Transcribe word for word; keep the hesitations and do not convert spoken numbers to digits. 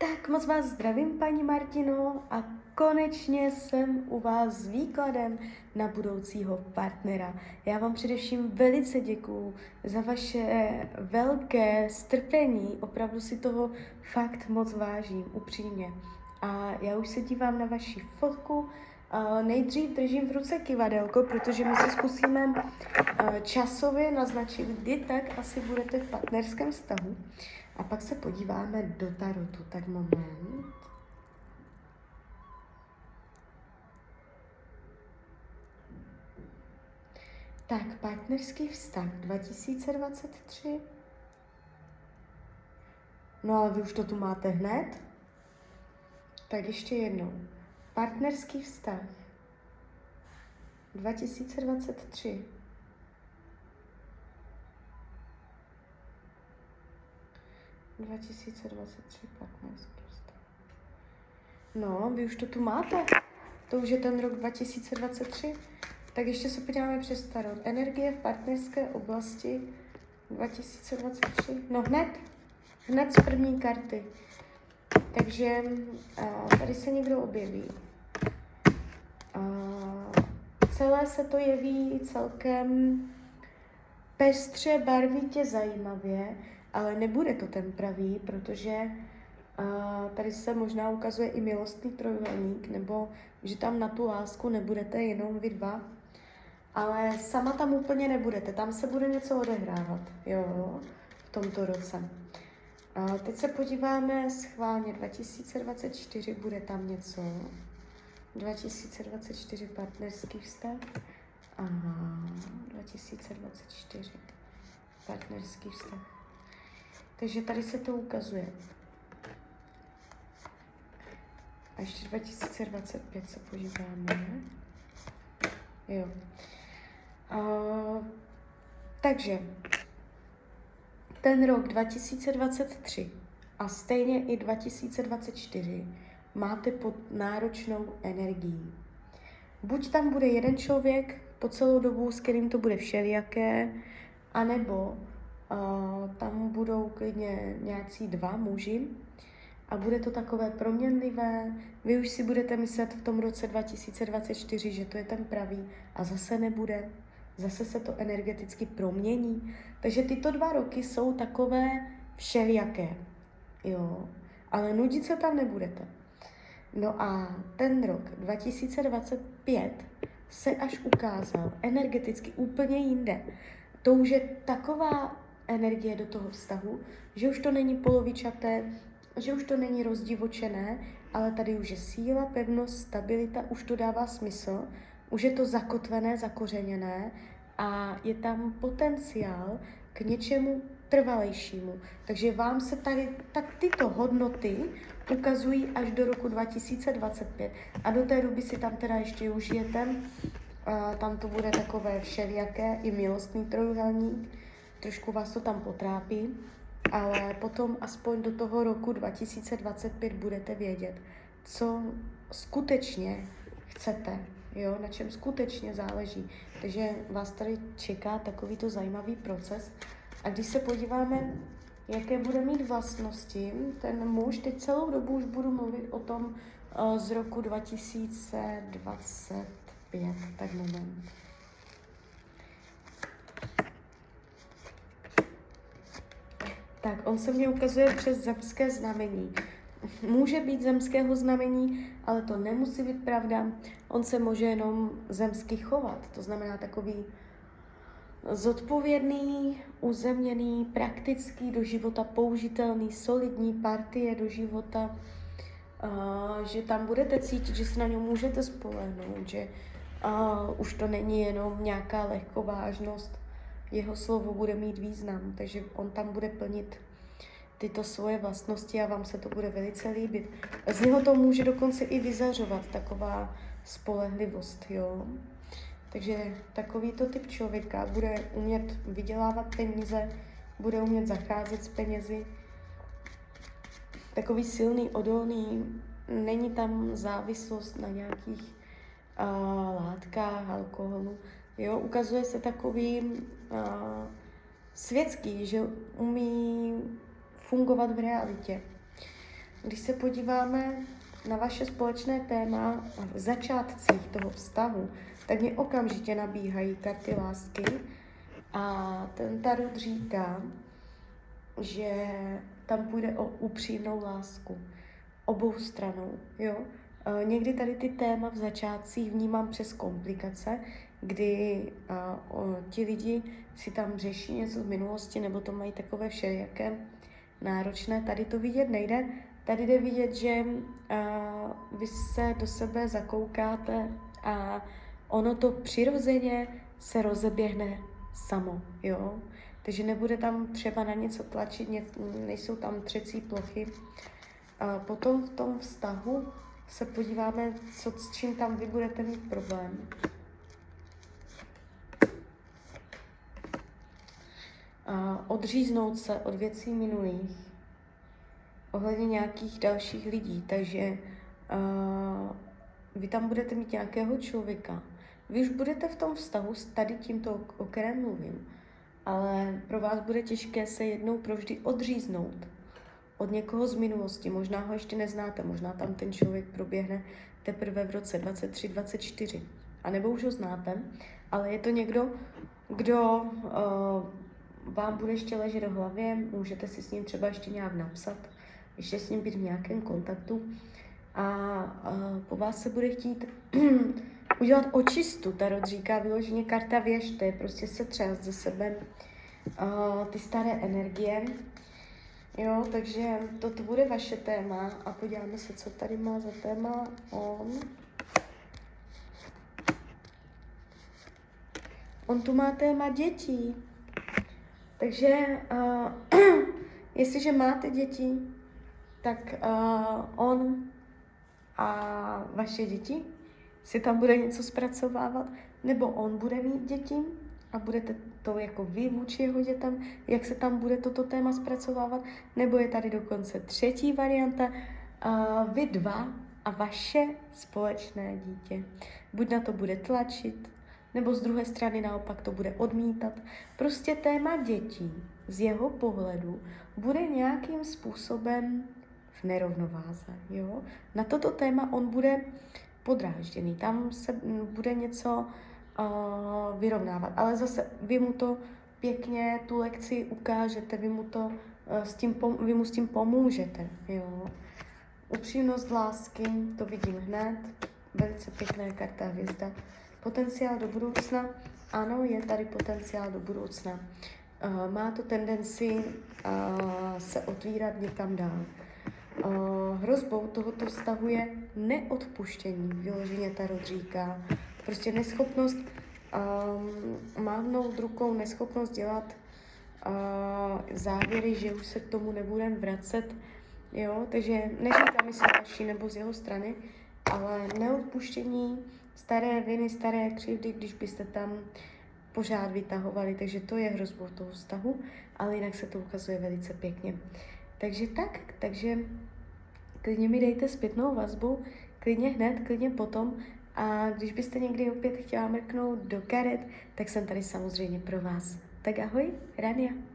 Tak moc vás zdravím, paní Martino, a konečně jsem u vás s výkladem na budoucího partnera. Já vám především velice děkuju za vaše velké strpení, opravdu si toho fakt moc vážím, upřímně. A já už se dívám na vaši fotku. Uh, nejdřív držím v ruce kivadelko, protože my si zkusíme uh, časově naznačit, kdy tak asi budete v partnerském vztahu. A pak se podíváme do tarotu. Tak moment. Tak, partnerský vztah dva tisíce dvacet tři. No ale vy už to tu máte hned. Tak ještě jednou. Partnerský vztah dva tisíce dvacet tři. dva tisíce dvacet tři partnerský vztah. No, vy už to tu máte. To už je ten rok dva tisíce dvacet tři. Tak ještě se podíváme přes tarot. Energie v partnerské oblasti dva tisíce dvacet tři. No hned. Hned z první karty. Takže a, tady se někdo objeví. A, celé se to jeví celkem pestře, barvitě, zajímavě, ale nebude to ten pravý, protože a, tady se možná ukazuje i milostný trojúhelník, nebo že tam na tu lásku nebudete jenom vy dva, ale sama tam úplně nebudete, tam se bude něco odehrávat, jo, v tomto roce. A teď se podíváme schválně, dva tisíce dvacet čtyři, bude tam něco. dva tisíce dvacet čtyři partnerský vztah. Aha, dva tisíce dvacet čtyři partnerský vztah. Takže tady se to ukazuje. A ještě dva tisíce dvacet pět se podíváme. Jo. A, takže ten rok dva tisíce dvacet tři a stejně i dva tisíce dvacet čtyři máte pod náročnou energií. Buď tam bude jeden člověk po celou dobu, s kterým to bude všelijaké, anebo uh, tam budou klidně nějací dva muži a bude to takové proměnlivé. Vy už si budete myslet v tom roce dva tisíce dvacet čtyři, že to je ten pravý a zase nebude. Zase se to energeticky promění. Takže tyto dva roky jsou takové všelijaké. Jo, ale nudit se tam nebudete. No a ten rok dva tisíce dvacet pět se až ukázal energeticky úplně jinde. To už je taková energie do toho vztahu, že už to není polovičaté, že už to není rozdivočené, ale tady už je síla, pevnost, stabilita, už to dává smysl, už je to zakotvené, zakořeněné a je tam potenciál k něčemu trvalejšímu. Takže vám se tady tak tyto hodnoty ukazují až do roku dva tisíce dvacet pět. A do té doby si tam teda ještě užijete. A tam to bude takové všelijaké, i milostný trojúhelník. Trošku vás to tam potrápí, ale potom aspoň do toho roku dva tisíce dvacet pět budete vědět, co skutečně chcete, jo, na čem skutečně záleží. Takže vás tady čeká takovýto zajímavý proces. A když se podíváme, jaké bude mít vlastnosti, ten muž, teď celou dobu už budu mluvit o tom uh, z roku dva tisíce dvacet pět, tak moment. Tak, on se mně ukazuje přes zemské znamení. Může být zemského znamení, ale to nemusí být pravda. On se může jenom zemsky chovat, to znamená takový zodpovědný, uzemněný, praktický, do života použitelný, solidní partie do života, uh, že tam budete cítit, že se na něj můžete spolehnout, že uh, už to není jenom nějaká lehkovážnost, jeho slovo bude mít význam, takže on tam bude plnit tyto svoje vlastnosti a vám se to bude velice líbit. Z něho to může dokonce i vyzařovat, taková spolehlivost, jo. Takže takovýto typ člověka bude umět vydělávat peníze, bude umět zacházet s penězi. Takový silný, odolný, není tam závislost na nějakých uh, látkách, alkoholu. Jo, ukazuje se takový uh, světský, že umí fungovat v realitě. když se podíváme na vaše společné téma v začátcích toho vztahu, tak mě okamžitě nabíhají karty lásky a ten tarot říká, že tam půjde o upřímnou lásku. Obou stranou, jo. E, někdy tady ty téma v začátcích vnímám přes komplikace, kdy a, o, ti lidi si tam řeší něco z minulosti, nebo to mají takové všelijaké náročné. Tady to vidět nejde. Tady jde vidět, že a, vy se do sebe zakoukáte a ono to přirozeně se rozeběhne samo, jo. Takže nebude tam třeba na něco tlačit, nejsou tam třecí plochy. A potom v tom vztahu se podíváme, co, s čím tam vy budete mít problém. A odříznout se od věcí minulých, ohledně nějakých dalších lidí, takže uh, vy tam budete mít nějakého člověka. Vy už budete v tom vztahu s tady tímto, o kterém mluvím, ale pro vás bude těžké se jednou provždy odříznout od někoho z minulosti. Možná ho ještě neznáte, možná tam ten člověk proběhne teprve v roce dvacet tři dvacet čtyři. A nebo už ho znáte, ale je to někdo, kdo uh, vám bude ještě ležet v hlavě, můžete si s ním třeba ještě nějak napsat, ještě s ním být v nějakém kontaktu a uh, po vás se bude chtít udělat očistu. Tarot říká vyloženě karta věž, to je prostě setřást ze sebe uh, ty staré energie. Jo, takže toto bude vaše téma a podíváme se, co tady má za téma on. On tu má téma dětí. Takže uh, jestliže máte děti, tak uh, on a vaše děti si tam bude něco zpracovávat, nebo on bude mít děti a budete to jako vy vůči jeho dětem, jak se tam bude toto téma zpracovávat, nebo je tady dokonce třetí varianta, uh, vy dva a vaše společné dítě. Buď na to bude tlačit, nebo z druhé strany naopak to bude odmítat. Prostě téma dětí z jeho pohledu bude nějakým způsobem v nerovnováze. Jo? Na toto téma on bude podrážděný, tam se bude něco uh, vyrovnávat, ale zase vy mu to pěkně, tu lekci ukážete, vy mu, to, uh, s tím pom- vy mu s tím pomůžete. Jo? Upřímnost lásky, to vidím hned, velice pěkná karta hvězda. Potenciál do budoucna, ano, je tady potenciál do budoucna. Uh, má to tendenci uh, se otvírat někam dál. Uh, hrozbou tohoto vztahu je neodpuštění, vyloženě tarot říká. Prostě neschopnost um, mávnout rukou, neschopnost dělat uh, závěry, že už se k tomu nebudeme vracet. Jo? Takže neříkám, jestli vaší nebo z jeho strany, ale neodpuštění, staré viny, staré křivdy, když byste tam pořád vytahovali, takže to je hrozbou toho vztahu, ale jinak se to ukazuje velice pěkně. Takže tak, takže klidně mi dejte zpětnou vazbu, klidně hned, klidně potom a když byste někdy opět chtěla mrknout do karet, tak jsem tady samozřejmě pro vás. Tak ahoj, Rania.